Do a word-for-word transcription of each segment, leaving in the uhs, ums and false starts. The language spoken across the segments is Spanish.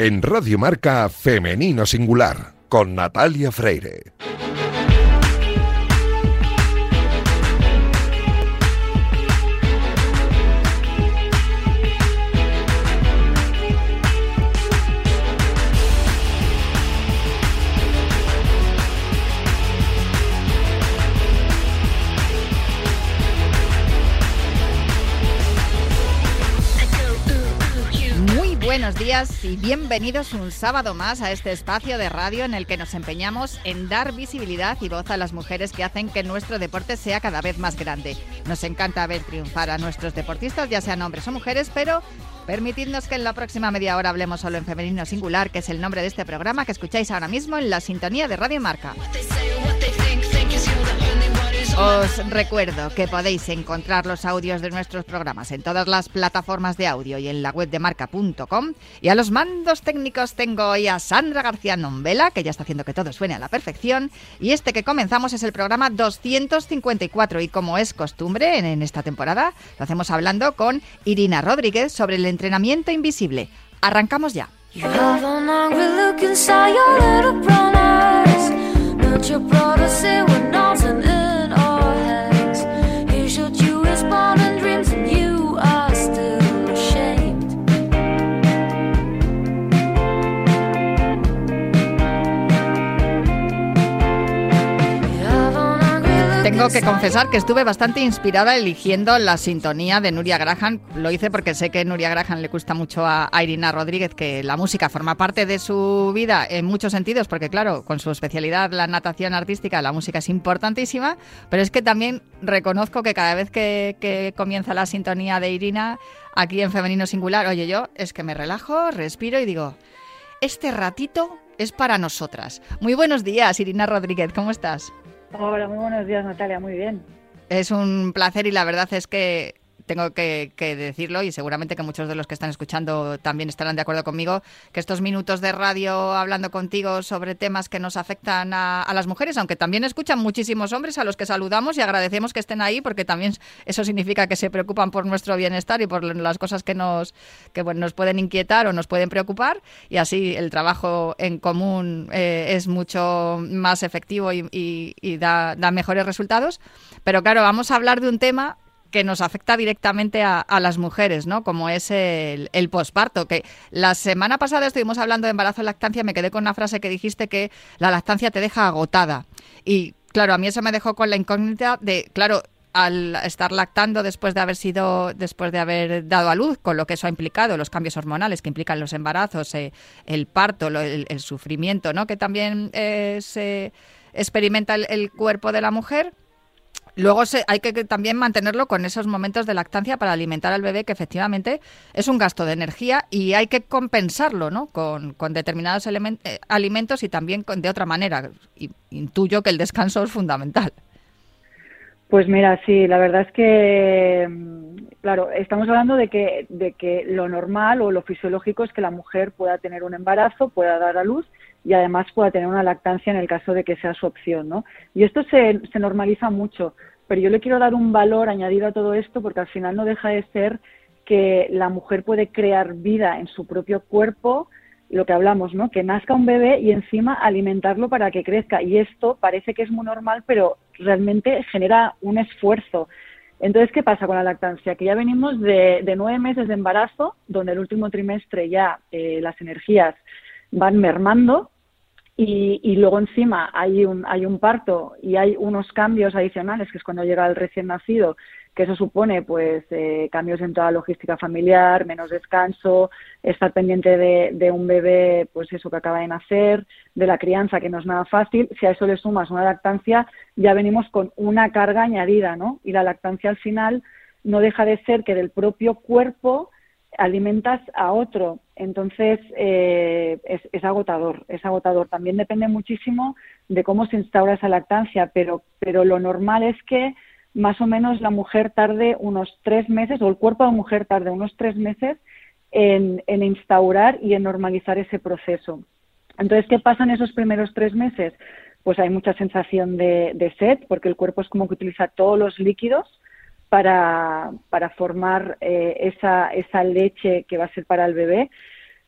En Radio Marca Femenino Singular, con Natalia Freire. Buenos días y bienvenidos un sábado más a este espacio de radio en el que nos empeñamos en dar visibilidad y voz a las mujeres que hacen que nuestro deporte sea cada vez más grande. Nos encanta ver triunfar a nuestros deportistas, ya sean hombres o mujeres, pero permitidnos que en la próxima media hora hablemos solo en femenino singular, que es el nombre de este programa que escucháis ahora mismo en la sintonía de Radio Marca. Os recuerdo que podéis encontrar los audios de nuestros programas en todas las plataformas de audio y en la web de marca punto com. Y a los mandos técnicos tengo hoy a Sandra García Nombela, que ya está haciendo que todo suene a la perfección. Y este que comenzamos es el programa doscientos cincuenta y cuatro. Y como es costumbre en, en esta temporada, lo hacemos hablando con Irina Rodríguez sobre el entrenamiento invisible. Arrancamos ya. Tengo que confesar que estuve bastante inspirada eligiendo la sintonía de Nuria Graham. Lo hice porque sé que a Nuria Graham le gusta mucho a, a Irina Rodríguez, que la música forma parte de su vida en muchos sentidos, porque claro, con su especialidad, la natación artística, la música es importantísima, pero es que también reconozco que cada vez que, que comienza la sintonía de Irina, aquí en Femenino Singular, oye, yo es que me relajo, respiro y digo, este ratito es para nosotras. Muy buenos días, Irina Rodríguez, ¿cómo estás? Hola, muy buenos días, Natalia, muy bien. Es un placer y la verdad es que tengo que, que decirlo, y seguramente que muchos de los que están escuchando también estarán de acuerdo conmigo, que estos minutos de radio hablando contigo sobre temas que nos afectan a, a las mujeres, aunque también escuchan muchísimos hombres a los que saludamos y agradecemos que estén ahí, porque también eso significa que se preocupan por nuestro bienestar y por las cosas que nos que bueno, nos pueden inquietar o nos pueden preocupar, y así el trabajo en común eh, es mucho más efectivo y, y, y da, da mejores resultados. Pero claro, vamos a hablar de un tema que nos afecta directamente a, a las mujeres, ¿no? Como es el, el posparto, que la semana pasada estuvimos hablando de embarazo y lactancia, me quedé con una frase que dijiste, que la lactancia te deja agotada. Y claro, a mí eso me dejó con la incógnita de, claro, al estar lactando después de haber sido, después de haber dado a luz, con lo que eso ha implicado, los cambios hormonales que implican los embarazos, eh, el parto, lo, el, el sufrimiento, ¿no? Que también eh, se experimenta el, el cuerpo de la mujer. Luego se, hay que también mantenerlo con esos momentos de lactancia para alimentar al bebé, que efectivamente es un gasto de energía y hay que compensarlo, ¿no? Con, con determinados element, eh, alimentos y también con, de otra manera. Y, intuyo que el descanso es fundamental. Pues mira, sí, la verdad es que, claro, estamos hablando de que, de que lo normal o lo fisiológico es que la mujer pueda tener un embarazo, pueda dar a luz y además pueda tener una lactancia en el caso de que sea su opción, ¿no? Y esto se, se normaliza mucho, pero yo le quiero dar un valor añadido a todo esto, porque al final no deja de ser que la mujer puede crear vida en su propio cuerpo, lo que hablamos, ¿no? Que nazca un bebé y encima alimentarlo para que crezca. Y esto parece que es muy normal, pero realmente genera un esfuerzo. Entonces, ¿qué pasa con la lactancia? Que ya venimos de, de nueve meses de embarazo, donde el último trimestre ya eh, las energías van mermando, y, y luego encima hay un, hay un parto y hay unos cambios adicionales, que es cuando llega el recién nacido, que eso supone pues eh, cambios en toda la logística familiar, menos descanso, estar pendiente de, de un bebé, pues eso, que acaba de nacer, de la crianza, que no es nada fácil. Si a eso le sumas una lactancia, ya venimos con una carga añadida, ¿no? Y la lactancia al final no deja de ser que del propio cuerpo alimentas a otro. Entonces eh, es, es agotador, es agotador. También depende muchísimo de cómo se instaura esa lactancia, pero, pero lo normal es que más o menos la mujer tarde unos tres meses, o el cuerpo de la mujer tarde unos tres meses en, en instaurar y en normalizar ese proceso. Entonces, ¿qué pasa en esos primeros tres meses? Pues hay mucha sensación de, de sed, porque el cuerpo es como que utiliza todos los líquidos para, para formar eh, esa, esa leche que va a ser para el bebé.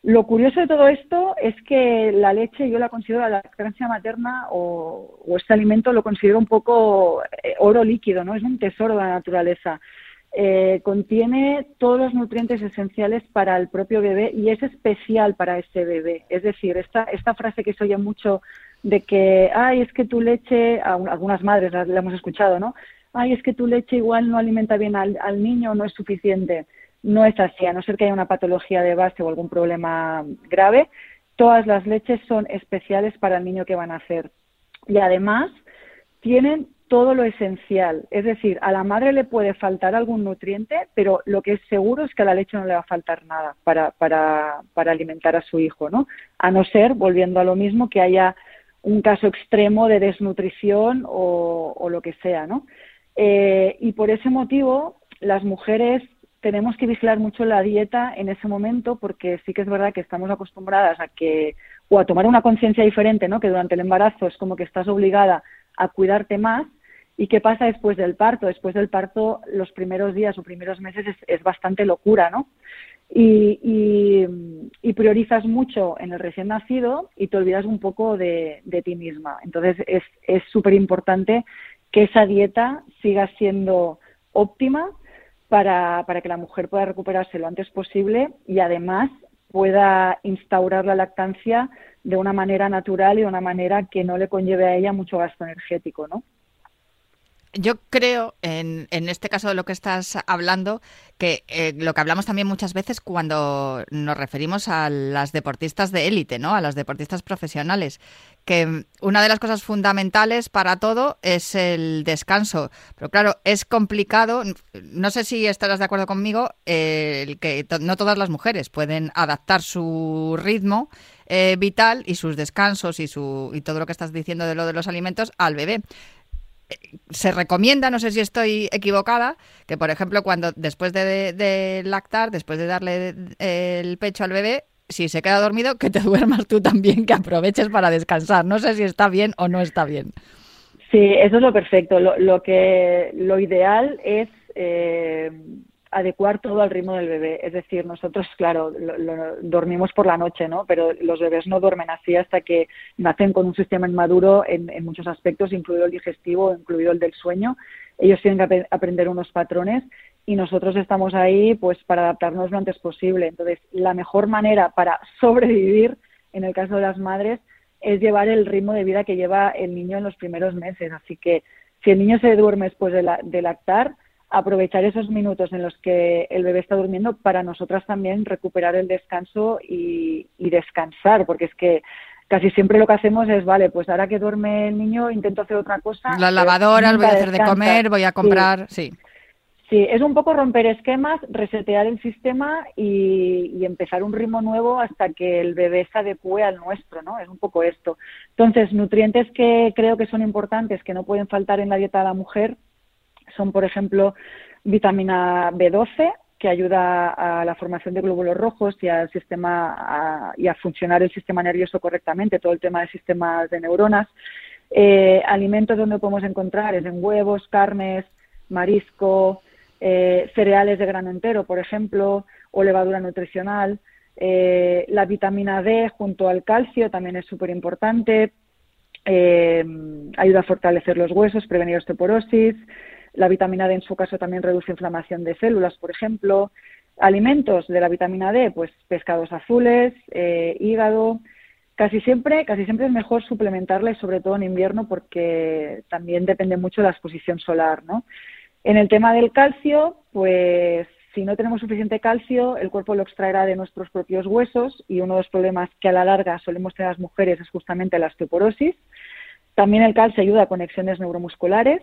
Lo curioso de todo esto es que la leche yo la considero, la lactancia materna o, o este alimento lo considero un poco eh, oro líquido, ¿no? Es un tesoro de la naturaleza. Eh, contiene todos los nutrientes esenciales para el propio bebé y es especial para ese bebé. Es decir, esta, esta frase que se oye mucho de que, ay, es que tu leche, a algunas madres la, la hemos escuchado, ¿no? Ay, es que tu leche igual no alimenta bien al, al niño, no es suficiente. No es así, a no ser que haya una patología de base o algún problema grave, todas las leches son especiales para el niño que van a nacer. Y además tienen todo lo esencial, es decir, a la madre le puede faltar algún nutriente, pero lo que es seguro es que a la leche no le va a faltar nada para, para, para alimentar a su hijo, ¿no? A no ser, volviendo a lo mismo, que haya un caso extremo de desnutrición o, o lo que sea, ¿no? Eh, y por ese motivo, las mujeres tenemos que vigilar mucho la dieta en ese momento, porque sí que es verdad que estamos acostumbradas a que, o a tomar una conciencia diferente, ¿no? Que durante el embarazo es como que estás obligada a cuidarte más. ¿Y qué pasa después del parto? Después del parto, los primeros días o primeros meses es, es bastante locura, ¿no? Y, y, y priorizas mucho en el recién nacido y te olvidas un poco de, de ti misma. Entonces es súper importante que esa dieta siga siendo óptima para, para que la mujer pueda recuperarse lo antes posible y además pueda instaurar la lactancia de una manera natural y de una manera que no le conlleve a ella mucho gasto energético, ¿no? Yo creo, en, en este caso de lo que estás hablando, que eh, lo que hablamos también muchas veces cuando nos referimos a las deportistas de élite, ¿no? A las deportistas profesionales, que una de las cosas fundamentales para todo es el descanso. Pero claro, es complicado, no sé si estarás de acuerdo conmigo, eh, el que to- no todas las mujeres pueden adaptar su ritmo eh, vital y sus descansos y, su, y todo lo que estás diciendo de lo de los alimentos al bebé. Se recomienda, no sé si estoy equivocada, que por ejemplo cuando después de, de, de lactar, después de darle el pecho al bebé, si se queda dormido, que te duermas tú también, que aproveches para descansar. No sé si está bien o no está bien. Sí, eso es lo perfecto. Lo, lo que lo ideal es eh, adecuar todo al ritmo del bebé. Es decir, nosotros, claro, lo, lo, dormimos por la noche, ¿no? Pero los bebés no duermen así hasta que nacen con un sistema inmaduro en, en muchos aspectos, incluido el digestivo, incluido el del sueño. Ellos tienen que ap- aprender unos patrones y nosotros estamos ahí pues para adaptarnos lo antes posible. Entonces, la mejor manera para sobrevivir, en el caso de las madres, es llevar el ritmo de vida que lleva el niño en los primeros meses. Así que si el niño se duerme después de, la, de lactar, aprovechar esos minutos en los que el bebé está durmiendo para nosotras también recuperar el descanso y, y descansar, porque es que casi siempre lo que hacemos es, vale, pues ahora que duerme el niño intento hacer otra cosa. Las lavadoras, voy a hacer descansa. de comer, voy a comprar, sí. sí. Sí, es un poco romper esquemas, resetear el sistema y, y empezar un ritmo nuevo hasta que el bebé se adecue al nuestro, ¿no? Es un poco esto. Entonces, nutrientes que creo que son importantes, que no pueden faltar en la dieta de la mujer, son, por ejemplo, vitamina B doce, que ayuda a la formación de glóbulos rojos y al sistema a, y a funcionar el sistema nervioso correctamente, todo el tema de sistemas de neuronas. Eh, alimentos donde podemos encontrar es en huevos, carnes, marisco, Eh, cereales de grano entero, por ejemplo, o levadura nutricional. Eh, la vitamina D junto al calcio también es súper importante. Eh, ayuda a fortalecer los huesos, prevenir osteoporosis. La vitamina D en su caso también reduce inflamación de células, por ejemplo. Alimentos de la vitamina D, pues pescados azules, eh, hígado. Casi siempre, casi siempre es mejor suplementarla, sobre todo en invierno, porque también depende mucho de la exposición solar, ¿no? En el tema del calcio, pues si no tenemos suficiente calcio, el cuerpo lo extraerá de nuestros propios huesos y uno de los problemas que a la larga solemos tener las mujeres es justamente la osteoporosis. También el calcio ayuda a conexiones neuromusculares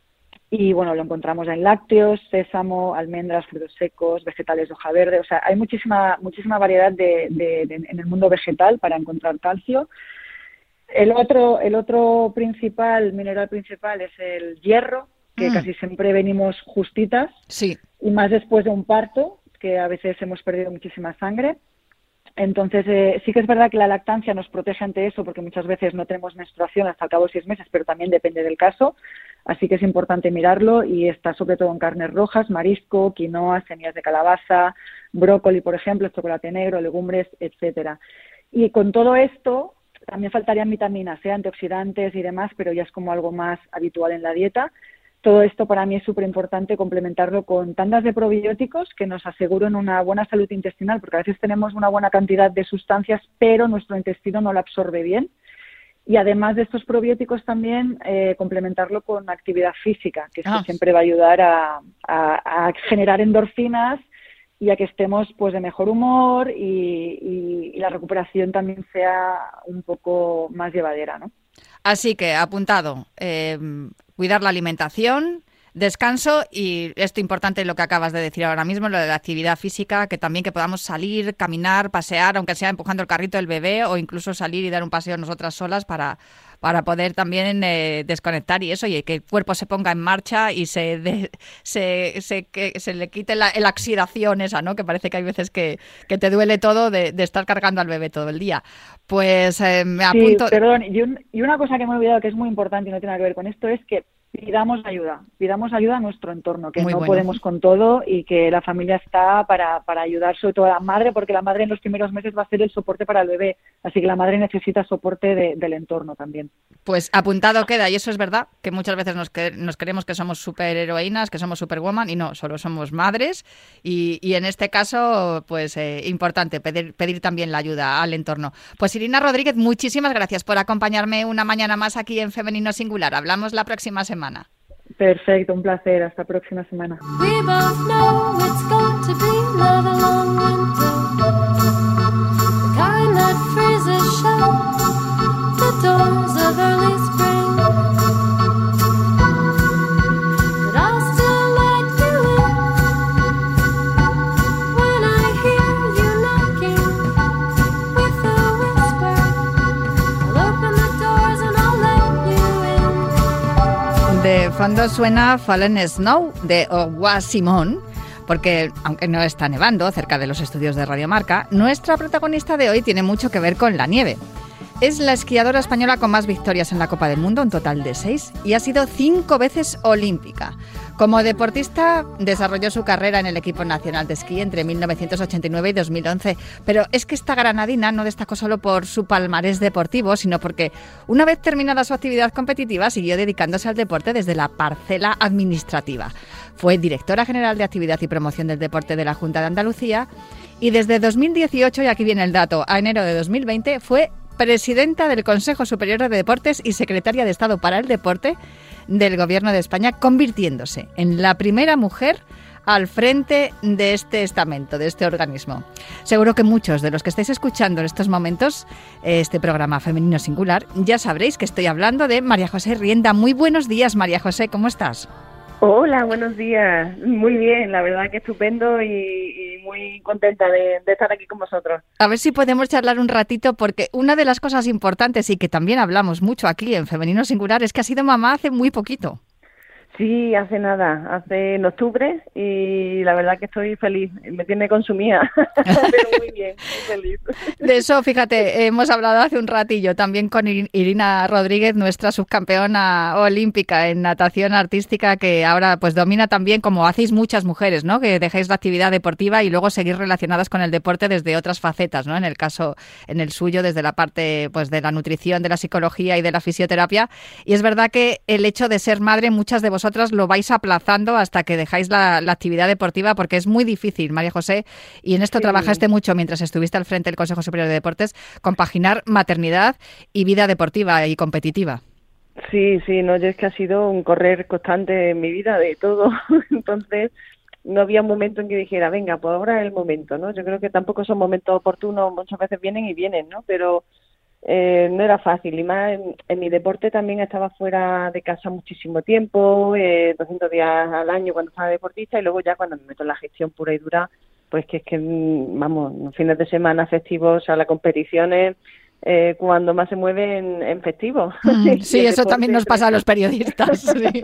y, bueno, lo encontramos en lácteos, sésamo, almendras, frutos secos, vegetales de hoja verde. O sea, hay muchísima muchísima variedad de, de, de, en el mundo vegetal para encontrar calcio. El otro, el otro principal, mineral principal es el hierro, que mm. casi siempre venimos justitas, sí. y más después de un parto, que a veces hemos perdido muchísima sangre. Entonces, eh, sí que es verdad que la lactancia nos protege ante eso, porque muchas veces no tenemos menstruación hasta al cabo de seis meses, pero también depende del caso. Así que es importante mirarlo y está sobre todo en carnes rojas, marisco, quinoa, semillas de calabaza, brócoli, por ejemplo, chocolate negro, legumbres, etcétera. Y con todo esto también faltarían vitaminas, ¿eh? Antioxidantes y demás, pero ya es como algo más habitual en la dieta. Todo esto para mí es súper importante complementarlo con tandas de probióticos que nos aseguren una buena salud intestinal, porque a veces tenemos una buena cantidad de sustancias, pero nuestro intestino no la absorbe bien. Y además de estos probióticos también eh, complementarlo con actividad física, que esto ah. siempre va a ayudar a, a, a generar endorfinas y a que estemos pues de mejor humor y, y, y la recuperación también sea un poco más llevadera, ¿no? Así que, apuntado, eh, cuidar la alimentación, descanso y esto importante lo que acabas de decir ahora mismo, lo de la actividad física, que también que podamos salir, caminar, pasear, aunque sea empujando el carrito del bebé o incluso salir y dar un paseo nosotras solas para, para poder también eh, desconectar y eso, y que el cuerpo se ponga en marcha y se de, se, se, que se le quite la, la oxidación esa, ¿no? Que parece que hay veces que, que te duele todo de, de estar cargando al bebé todo el día. Pues eh, me apunto... Sí, perdón, y, un, y una cosa que me he olvidado que es muy importante y no tiene nada que ver con esto es que pidamos ayuda, pidamos ayuda a nuestro entorno, que Muy no bueno. podemos con todo y que la familia está para, para ayudar, sobre todo a la madre, porque la madre en los primeros meses va a ser el soporte para el bebé, así que la madre necesita soporte de, del entorno también. Pues apuntado queda, y eso es verdad, que muchas veces nos, que, nos creemos que somos superheroínas, que somos superwoman, y no, solo somos madres, y, y en este caso, pues eh, importante pedir, pedir también la ayuda al entorno. Pues Irina Rodríguez, muchísimas gracias por acompañarme una mañana más aquí en Femenino Singular. Hablamos la próxima semana. Perfecto, un placer. Hasta próxima semana. We both know it's going to be another long winter, the kind that freezes shut the doors of early spring. But I'll still let you in when I hear you knocking with a whisper. I'll open the doors and I'll let you in. De fondo suena Fallen Snow de Owa Simón, porque aunque no está nevando cerca de los estudios de Radio Marca, nuestra protagonista de hoy tiene mucho que ver con la nieve. Es la esquiadora española con más victorias en la Copa del Mundo, un total de seis, y ha sido cinco veces olímpica. Como deportista desarrolló su carrera en el equipo nacional de esquí entre mil novecientos ochenta y nueve y dos mil once, pero es que esta granadina no destacó solo por su palmarés deportivo, sino porque una vez terminada su actividad competitiva siguió dedicándose al deporte desde la parcela administrativa. Fue directora general de Actividad y Promoción del Deporte de la Junta de Andalucía y desde dos mil dieciocho, y aquí viene el dato, a enero de dos mil veinte, fue presidenta del Consejo Superior de Deportes y secretaria de Estado para el Deporte del Gobierno de España, convirtiéndose en la primera mujer al frente de este estamento, de este organismo. Seguro que muchos de los que estáis escuchando en estos momentos este programa Femenino Singular ya sabréis que estoy hablando de María José Rienda. Muy buenos días, María José, ¿cómo estás? Hola, buenos días. Muy bien, la verdad que estupendo y, y muy contenta de, de estar aquí con vosotros. A ver si podemos charlar un ratito, porque una de las cosas importantes y que también hablamos mucho aquí en Femenino Singular es que has sido mamá hace muy poquito. Sí, hace nada, hace en octubre y la verdad que estoy feliz, me tiene consumida, pero muy bien, muy feliz. De eso, fíjate, hemos hablado hace un ratillo también con Irina Rodríguez, nuestra subcampeona olímpica en natación artística, que ahora pues domina también, como hacéis muchas mujeres, ¿no? Que dejáis la actividad deportiva y luego seguir relacionadas con el deporte desde otras facetas, ¿no? En el caso, en el suyo, desde la parte pues de la nutrición, de la psicología y de la fisioterapia. Y es verdad que el hecho de ser madre, muchas de vosotras lo vais aplazando hasta que dejáis la, la actividad deportiva, porque es muy difícil, María José, y en esto sí. Trabajaste mucho mientras estuviste al frente del Consejo Superior de Deportes, compaginar maternidad y vida deportiva y competitiva. Sí, sí, no, yo es que ha sido un correr constante en mi vida de todo, entonces no había un momento en que dijera, venga, pues ahora es el momento, ¿no? Yo creo que tampoco son momentos oportunos, muchas veces vienen y vienen, ¿no? Pero Eh, no era fácil, y más en, en mi deporte también estaba fuera de casa muchísimo tiempo, eh, doscientos días al año cuando estaba deportista, y luego ya cuando me meto en la gestión pura y dura, pues que es que, vamos, los fines de semana festivos, a las competiciones, eh, cuando más se mueve en, en festivos. Mm, sí, eso también nos pasa a los periodistas. Sí.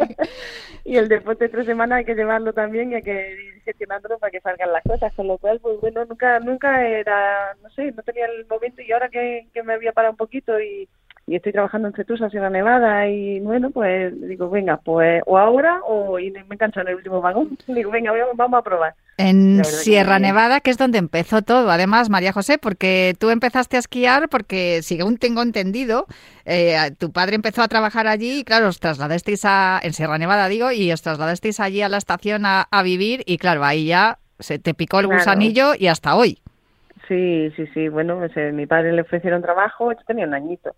Y el deporte de tres semanas hay que llevarlo también y hay que ir gestionándolo para que salgan las cosas, con lo cual, pues bueno, nunca nunca era, no sé, no tenía el momento, y ahora que, que me había parado un poquito y, y estoy trabajando en Cetusa, Sierra Nevada, y bueno, pues digo, venga, pues o ahora o y me engancho en el último vagón. Digo, venga, vamos a probar. En Sierra Nevada, que es donde empezó todo, además, María José, porque tú empezaste a esquiar porque, según tengo entendido, eh, tu padre empezó a trabajar allí y, claro, os trasladasteis a, en Sierra Nevada, digo, y os trasladasteis allí a la estación a, a vivir y, claro, ahí ya se te picó el Claro. gusanillo y hasta hoy. Sí, sí, sí, bueno, pues, eh, mi padre le ofrecieron trabajo, yo tenía un añito.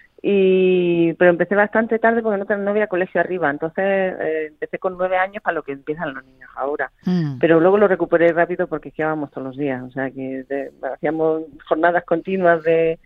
Y pero empecé bastante tarde porque no, ten- no había colegio arriba, entonces eh, empecé con nueve años para lo que empiezan los niños ahora. Mm. Pero luego lo recuperé rápido porque esquiábamos todos los días, o sea que de- hacíamos jornadas continuas de,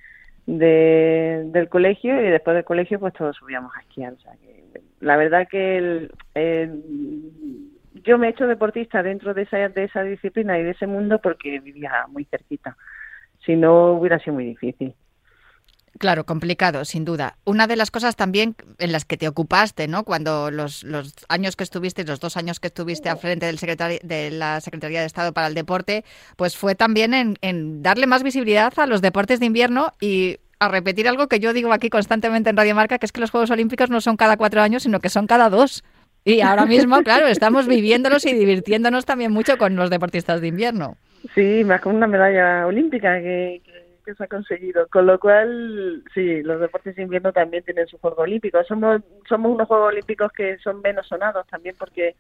de del colegio y después del colegio pues todos subíamos a esquiar, o sea que la verdad que el, el- yo me he hecho deportista dentro de esa de esa disciplina y de ese mundo porque vivía muy cerquita, si no hubiera sido muy difícil. Claro, complicado, sin duda. Una de las cosas también en las que te ocupaste, ¿no? Cuando los, los años que estuviste, los dos años que estuviste al frente del secretari- de la Secretaría de Estado para el Deporte, pues fue también en, en darle más visibilidad a los deportes de invierno y a repetir algo que yo digo aquí constantemente en Radio Marca, que es que los Juegos Olímpicos no son cada cuatro años, sino que son cada dos. Y ahora mismo, claro, estamos viviéndolos y divirtiéndonos también mucho con los deportistas de invierno. Sí, más con una medalla olímpica que, que, que se ha conseguido. Con lo cual, sí, los deportes de invierno también tienen su Juego Olímpico. Somos, somos unos Juegos Olímpicos que son menos sonados también porque,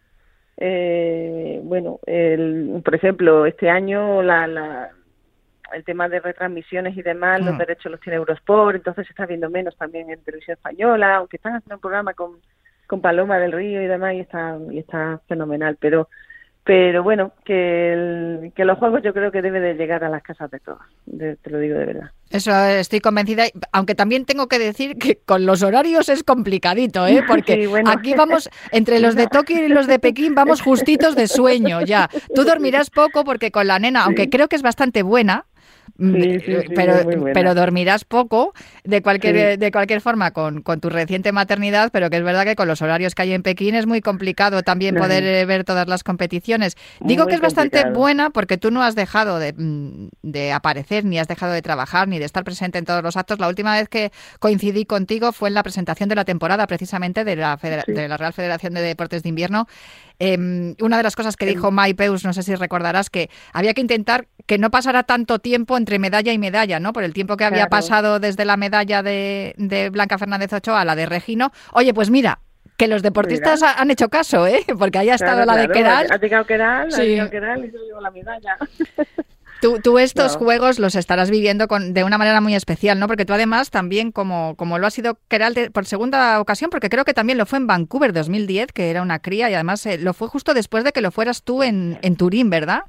eh, bueno, el, por ejemplo, este año la, la, el tema de retransmisiones y demás, Mm. los derechos los tiene Eurosport, entonces se está viendo menos también en Televisión Española, aunque están haciendo un programa con, con Paloma del Río y demás y está, y está fenomenal, pero... Pero bueno, que, el, que los juegos yo creo que debe de llegar a las casas de todos, de- te lo digo de verdad. Eso estoy convencida, aunque también tengo que decir que con los horarios es complicadito, ¿eh? Porque Sí, bueno. aquí vamos, entre los de Tokio y los de Pekín, vamos justitos de sueño ya. Tú dormirás poco porque con la nena, aunque creo que es bastante buena, mm, Sí, sí, sí, pero, es muy buena. pero dormirás poco de cualquier, Sí. de cualquier forma con, con tu reciente maternidad, pero que es verdad que con los horarios que hay en Pekín es muy complicado también Ajá. poder eh, ver todas las competiciones. Digo Muy que es bastante complicado. buena porque tú no has dejado de, mm, de aparecer, ni has dejado de trabajar, ni de estar presente en todos los actos. La última vez que coincidí contigo fue en la presentación de la temporada precisamente de la, Federa- Sí. de la Real Federación de Deportes de Invierno. Eh, una de las cosas que dijo Mai Peus, no sé si recordarás, que había que intentar que no pasara tanto tiempo entre medalla y medalla, ¿no? Por el tiempo que había Claro. pasado desde la medalla de, de Blanca Fernández Ochoa a la de Regino. Oye, pues mira, que los deportistas ha- han hecho caso, ¿eh? Porque ahí ha estado Claro, la de claro, Keral. Ha llegado Keral, Sí. ha llegado Keral y yo llevo la medalla. Tú, tú estos No. juegos los estarás viviendo con, de una manera muy especial, ¿no? Porque tú además también, como, como lo ha sido Keral de- por segunda ocasión, porque creo que también lo fue en Vancouver dos mil diez, que era una cría, y además eh, lo fue justo después de que lo fueras tú en, en Turín, ¿verdad?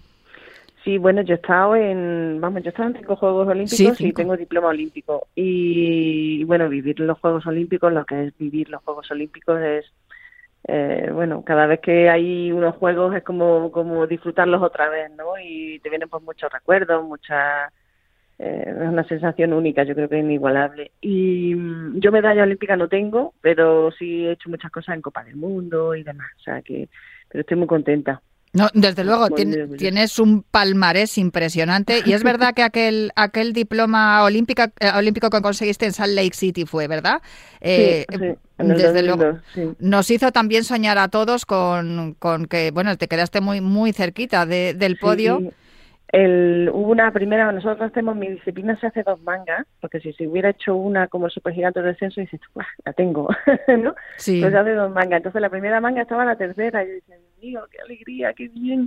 Sí, bueno, yo he estado en, vamos, yo he estado en cinco Juegos Olímpicos Sí, y cinco. tengo diploma olímpico. Y bueno, vivir los Juegos Olímpicos, lo que es vivir los Juegos Olímpicos es, eh, bueno, cada vez que hay unos Juegos es como, como disfrutarlos otra vez, ¿no? Y te vienen pues muchos recuerdos, mucha, eh, es una sensación única, yo creo que es inigualable. Y mm, yo medalla olímpica no tengo, pero sí he hecho muchas cosas en Copa del Mundo y demás, o sea que, pero estoy muy contenta. No, desde luego, Muy, tien- muy orgullosa. tienes un palmarés impresionante y es verdad que aquel aquel diploma olímpica, eh, olímpico que conseguiste en Salt Lake City fue, ¿verdad? Eh, sí, sí, en el desde dos mil dos, luego, sí. nos hizo también soñar a todos con, con que, bueno, te quedaste muy muy cerquita de- del podio. Sí, el, hubo una primera, nosotros hacemos, mi disciplina se hace dos mangas, porque si se hubiera hecho una como el supergigante de descenso, dices, ¡guau! La tengo, ¿no? Sí. Pues se hace dos mangas. Entonces la primera manga estaba la tercera, y yo decía, Dios mío, qué alegría, qué bien.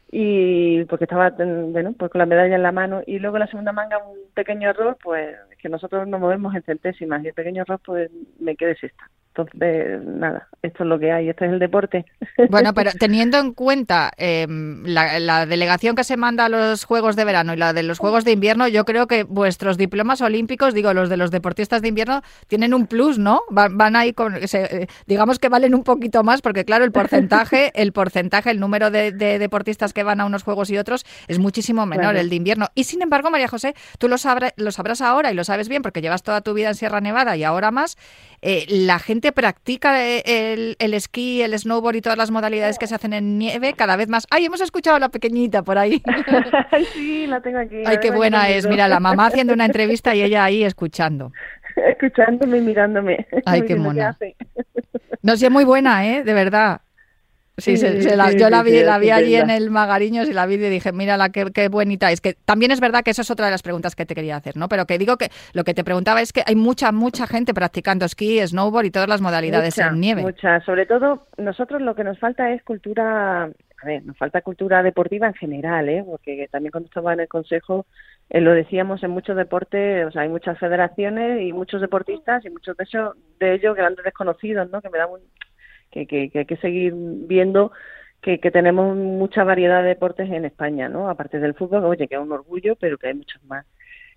Y porque estaba, bueno, pues con la medalla en la mano. Y luego la segunda manga, un pequeño error, pues que nosotros nos movemos en centésimas, y el pequeño error, pues me quedé sexta. Entonces, nada, esto es lo que hay, este es el deporte. Bueno, pero teniendo en cuenta eh, la, la delegación que se manda a los Juegos de Verano y la de los Juegos de Invierno, yo creo que vuestros diplomas olímpicos, digo, los de los deportistas de invierno, tienen un plus, ¿no? Van, van ahí con, se, eh, digamos que valen un poquito más, porque claro, el porcentaje, el porcentaje, el número de, de deportistas que van a unos Juegos y otros es muchísimo menor, Claro. el de invierno. Y sin embargo, María José, tú lo, sabrá, lo sabrás ahora y lo sabes bien, porque llevas toda tu vida en Sierra Nevada y ahora más. Eh, ¿La gente practica el, el esquí, el snowboard y todas las modalidades que se hacen en nieve cada vez más? ¡Ay, hemos escuchado a la pequeñita por ahí! Sí, la tengo aquí. ¡Ay, qué buena es! Mira, la mamá haciendo una entrevista y ella ahí escuchando. Escuchándome y mirándome. ¡Ay, qué Diciendo, mona! ¿qué hace? No sé, muy buena, ¿eh? De verdad. Sí, Sí, se, se la, sí, yo sí, la vi, sí, la vi allí en estupenda. el Magariños y la vi y dije, mírala, qué, qué bonita es. Que también es verdad que eso es otra de las preguntas que te quería hacer, ¿no? Pero que digo que lo que te preguntaba es que hay mucha, mucha gente practicando esquí, snowboard y todas las modalidades Mucha, en nieve. mucha. Sobre todo, nosotros lo que nos falta es cultura, a ver, nos falta cultura deportiva en general, ¿eh? Porque también cuando estaba en el Consejo eh, lo decíamos en muchos deportes, o sea, hay muchas federaciones y muchos deportistas y muchos de ellos, de ellos grandes desconocidos, ¿no? Que me da un, que, que, que hay que seguir viendo que, que tenemos mucha variedad de deportes en España, ¿no? Aparte del fútbol, oye, que es un orgullo, pero que hay muchos más.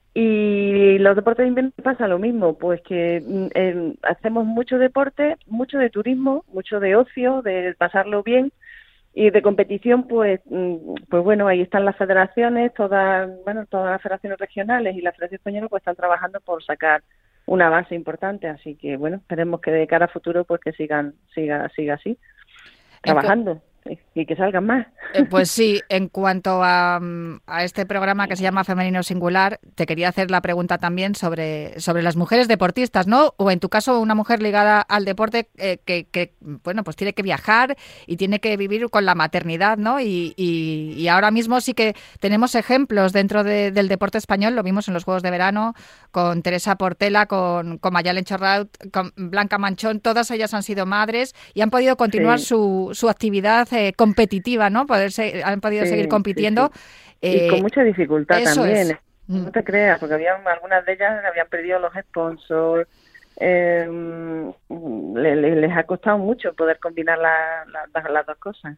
Y los deportes de invierno pasa lo mismo, pues que eh, hacemos mucho deporte, mucho de turismo, mucho de ocio, de pasarlo bien, y de competición, pues pues bueno, ahí están las federaciones, todas, bueno, todas las federaciones regionales y la Federación Española pues están trabajando por sacar una base importante, así que bueno, esperemos que de cara a futuro pues que sigan, siga, siga así, trabajando. Y que salgan más. Eh, pues sí, en cuanto a, a este programa que se llama Femenino Singular, te quería hacer la pregunta también sobre, sobre las mujeres deportistas, ¿no? O en tu caso, una mujer ligada al deporte eh, que, que, bueno, pues tiene que viajar y tiene que vivir con la maternidad, ¿no? Y, y, y ahora mismo sí que tenemos ejemplos dentro de, del deporte español, lo vimos en los Juegos de Verano, con Teresa Portela, con, con Mayalen Chorraut, con Blanca Manchón, todas ellas han sido madres y han podido continuar Sí. su, su actividad eh, competitiva, ¿no? Poderse, han podido Sí, seguir compitiendo. sí, sí. Eh, y con mucha dificultad eso también. es. ¿eh? No te creas, porque había algunas de ellas que habían perdido los sponsors. Eh, le, le, les ha costado mucho poder combinar la, la, las dos cosas.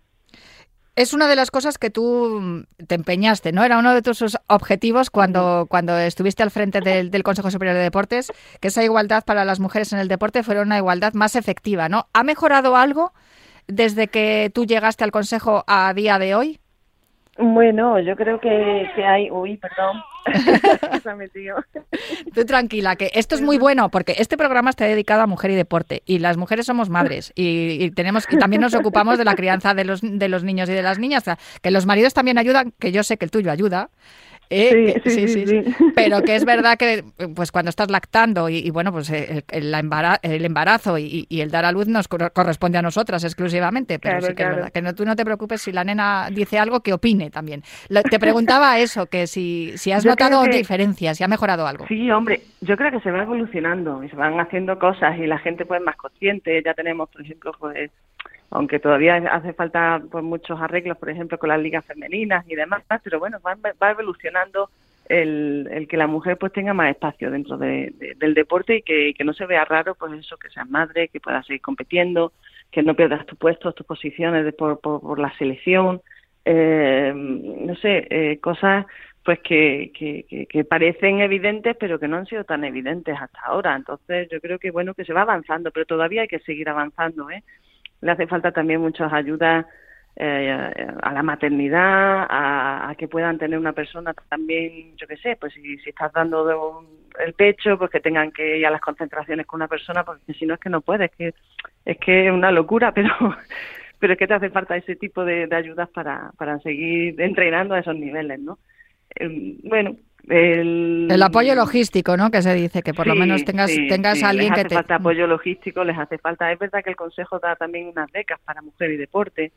Es una de las cosas que tú te empeñaste, ¿no? Era uno de tus objetivos cuando, cuando estuviste al frente del, del Consejo Superior de Deportes, que esa igualdad para las mujeres en el deporte fuera una igualdad más efectiva, ¿no? ¿Ha mejorado algo desde que tú llegaste al Consejo a día de hoy? Bueno, yo creo que, que hay... Uy, perdón. Se ha metido. Tú tranquila, que esto es muy bueno porque este programa está dedicado a mujer y deporte y las mujeres somos madres y, y tenemos y también nos ocupamos de la crianza de los de los niños y de las niñas, o sea, que los maridos también ayudan, que yo sé que el tuyo ayuda. Eh, Sí, que- sí, sí, sí. Pero que es verdad que pues cuando estás lactando y, y bueno, pues el, el embara- el embarazo y, y el dar a luz nos cor- corresponde a nosotras exclusivamente, pero Claro, sí que claro. es verdad que no, tú no te preocupes si la nena dice algo que opine también. Lo- te preguntaba eso, que si, si has Yo creo notado que- diferencias, si ha mejorado algo. Sí, hombre, yo creo que se va evolucionando y se van haciendo cosas y la gente pues más consciente. Ya tenemos, por ejemplo, pues aunque todavía hace falta pues muchos arreglos, por ejemplo, con las ligas femeninas y demás, pero bueno, va, va evolucionando el, el que la mujer pues tenga más espacio dentro de, de- del deporte y que, que no se vea raro pues eso, que seas madre, que puedas seguir compitiendo, que no pierdas tu puesto, tus posiciones de, por, por, por la selección, eh, no sé, eh, cosas pues que, que, que, que parecen evidentes pero que no han sido tan evidentes hasta ahora. Entonces yo creo que bueno, que se va avanzando, pero todavía hay que seguir avanzando, ¿eh? Le hace falta también muchas ayudas eh, a la maternidad, a, a que puedan tener una persona también, yo qué sé, pues si, si estás dando de un- el pecho, pues que tengan que ir a las concentraciones con una persona, porque si no es que no puedes, es que es que es una locura, pero pero es que te hace falta ese tipo de, de ayudas para, para seguir entrenando a esos niveles, ¿no? Eh, bueno, el, El apoyo logístico, ¿no? Que se dice, que por lo Sí, menos tengas, sí, tengas sí, a alguien les que hace te... falta apoyo logístico, les hace falta. Es verdad que el Consejo da también unas becas para mujer y deporte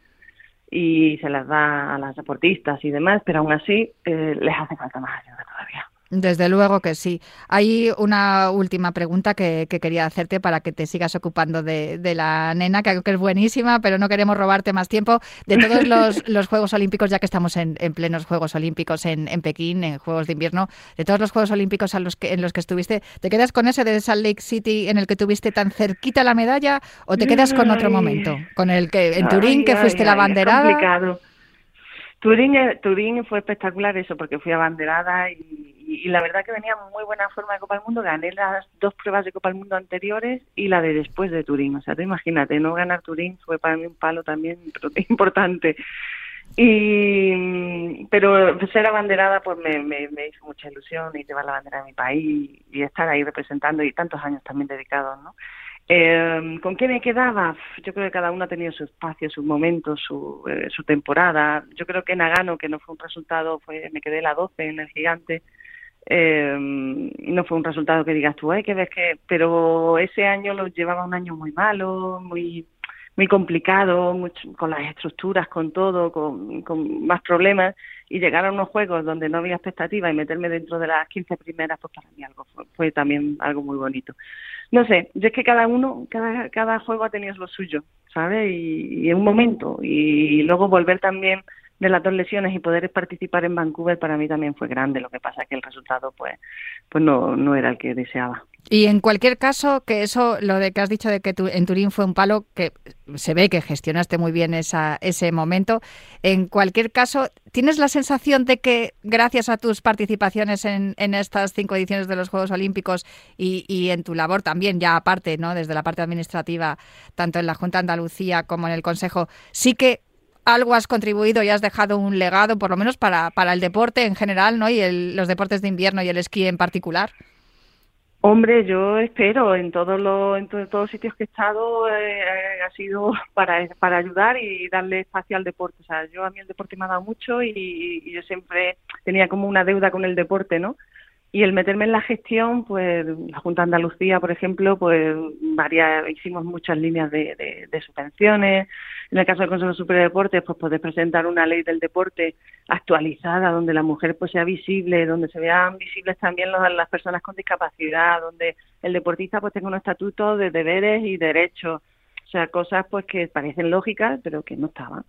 y se las da a las deportistas y demás, pero aún así eh, les hace falta más ayuda todavía. Desde luego que sí. Hay una última pregunta que, que quería hacerte para que te sigas ocupando de, de la nena, que creo que es buenísima, pero no queremos robarte más tiempo. De todos los, los Juegos Olímpicos, ya que estamos en, en plenos Juegos Olímpicos en, en Pekín, en Juegos de Invierno, de todos los Juegos Olímpicos a los que, en los que estuviste, ¿te quedas con ese de Salt Lake City en el que tuviste tan cerquita la medalla o te quedas con otro Ay. momento? Con el que en Turín, Ay, que ay, fuiste la ay, es abanderada. complicado. Turín, eh, Turín fue espectacular eso, porque fui abanderada y, y, y la verdad que venía muy buena forma de Copa del Mundo. Gané las dos pruebas de Copa del Mundo anteriores y la de después de Turín. O sea, tú imagínate, no ganar Turín fue para mí un palo también importante. Y pero ser abanderada pues me, me, me hizo mucha ilusión y llevar la bandera de mi país y estar ahí representando y tantos años también dedicados, ¿no? Eh, ¿Con qué me quedaba? Yo creo que cada uno ha tenido su espacio, sus momentos, su, eh, su temporada. Yo creo que Nagano, que no fue un resultado, fue me quedé la doce en el Gigante. Eh, no fue un resultado que digas tú, ay, que ves que, pero ese año lo llevaba un año muy malo, muy muy complicado, mucho, con las estructuras, con todo, con, con más problemas, y llegar a unos juegos donde no había expectativa y meterme dentro de las quince primeras, pues para mí algo fue, fue también algo muy bonito. No sé, yo es que cada uno, cada cada juego ha tenido lo suyo, ¿sabes? Y, y un momento, y luego volver también de las dos lesiones y poder participar en Vancouver para mí también fue grande. Lo que pasa es que el resultado pues pues no no era el que deseaba. Y en cualquier caso, que eso, lo de que has dicho de que tu, en Turín fue un palo, que se ve que gestionaste muy bien esa, ese momento. En cualquier caso, ¿tienes la sensación de que gracias a tus participaciones en, en estas cinco ediciones de los Juegos Olímpicos y, y en tu labor también, ya aparte, ¿no?, desde la parte administrativa, tanto en la Junta de Andalucía como en el Consejo, sí que algo has contribuido y has dejado un legado, por lo menos para, para el deporte en general, ¿no?, y el, los deportes de invierno y el esquí en particular? Hombre, yo espero, en todos los en to- todos los sitios que he estado eh, ha sido para para ayudar y darle espacio al deporte. O sea, yo a mí el deporte me ha dado mucho y, y yo siempre tenía como una deuda con el deporte, ¿no? Y el meterme en la gestión, pues la Junta de Andalucía, por ejemplo, pues varias, hicimos muchas líneas de, de, de subvenciones. En el caso del Consejo Superior de Deportes, pues poder presentar una ley del deporte actualizada, donde la mujer pues sea visible, donde se vean visibles también los, las personas con discapacidad, donde el deportista pues tenga un estatuto de deberes y derechos. O sea, cosas pues que parecen lógicas, pero que no estaban.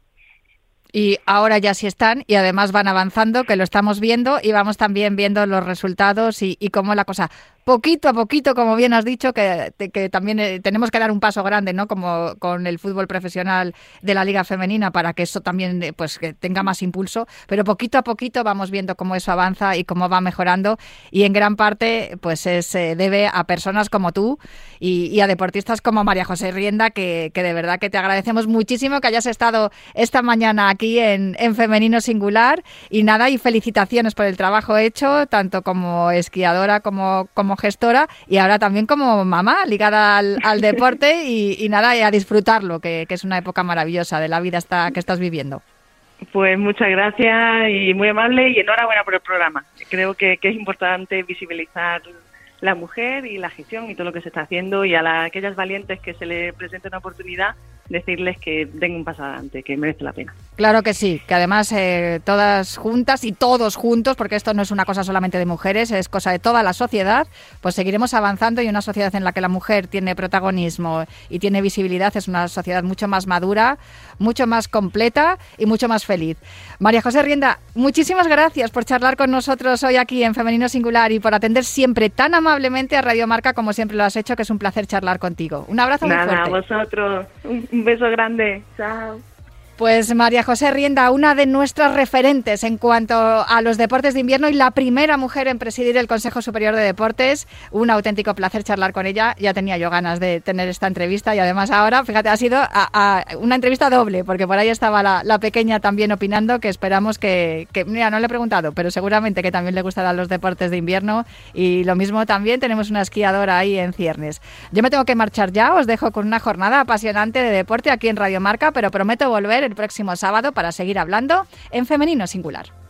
Y ahora ya sí están, y además van avanzando, que lo estamos viendo, y vamos también viendo los resultados y, y cómo la cosa, poquito a poquito, como bien has dicho, que, que también eh, tenemos que dar un paso grande, ¿no?, como con el fútbol profesional de la Liga Femenina, para que eso también eh, pues que tenga más impulso, pero poquito a poquito vamos viendo cómo eso avanza y cómo va mejorando, y en gran parte pues se eh, debe a personas como tú y, y a deportistas como María José Rienda, que, que de verdad que te agradecemos muchísimo que hayas estado esta mañana aquí en, en Femenino Singular, y nada, y felicitaciones por el trabajo hecho, tanto como esquiadora como, como gestora, y ahora también como mamá ligada al, al deporte, y, y nada, y a disfrutarlo, que, que es una época maravillosa de la vida esta, que estás viviendo. Pues muchas gracias y muy amable, y enhorabuena por el programa. Creo que, que es importante visibilizar la mujer y la gestión y todo lo que se está haciendo, y a la, aquellas valientes que se les presente una oportunidad, decirles que den un paso adelante, que merece la pena. Claro que sí, que además eh, todas juntas y todos juntos, porque esto no es una cosa solamente de mujeres, es cosa de toda la sociedad, pues seguiremos avanzando, y una sociedad en la que la mujer tiene protagonismo y tiene visibilidad es una sociedad mucho más madura, mucho más completa y mucho más feliz. María José Rienda, muchísimas gracias por charlar con nosotros hoy aquí en Femenino Singular y por atender siempre tan amablemente a Radio Marca como siempre lo has hecho, que es un placer charlar contigo. Un abrazo muy fuerte. Nada, a vosotros. Un beso grande. Chao. Pues María José Rienda, una de nuestras referentes en cuanto a los deportes de invierno y la primera mujer en presidir el Consejo Superior de Deportes. Un auténtico placer charlar con ella. Ya tenía yo ganas de tener esta entrevista, y además ahora, fíjate, ha sido a, a una entrevista doble, porque por ahí estaba la, la pequeña también opinando, que esperamos que, que, mira, no le he preguntado, pero seguramente que también le gustarán los deportes de invierno, y lo mismo también tenemos una esquiadora ahí en ciernes. Yo me tengo que marchar ya, os dejo con una jornada apasionante de deporte aquí en Radio Marca, pero prometo volver el próximo sábado para seguir hablando en Femenino Singular.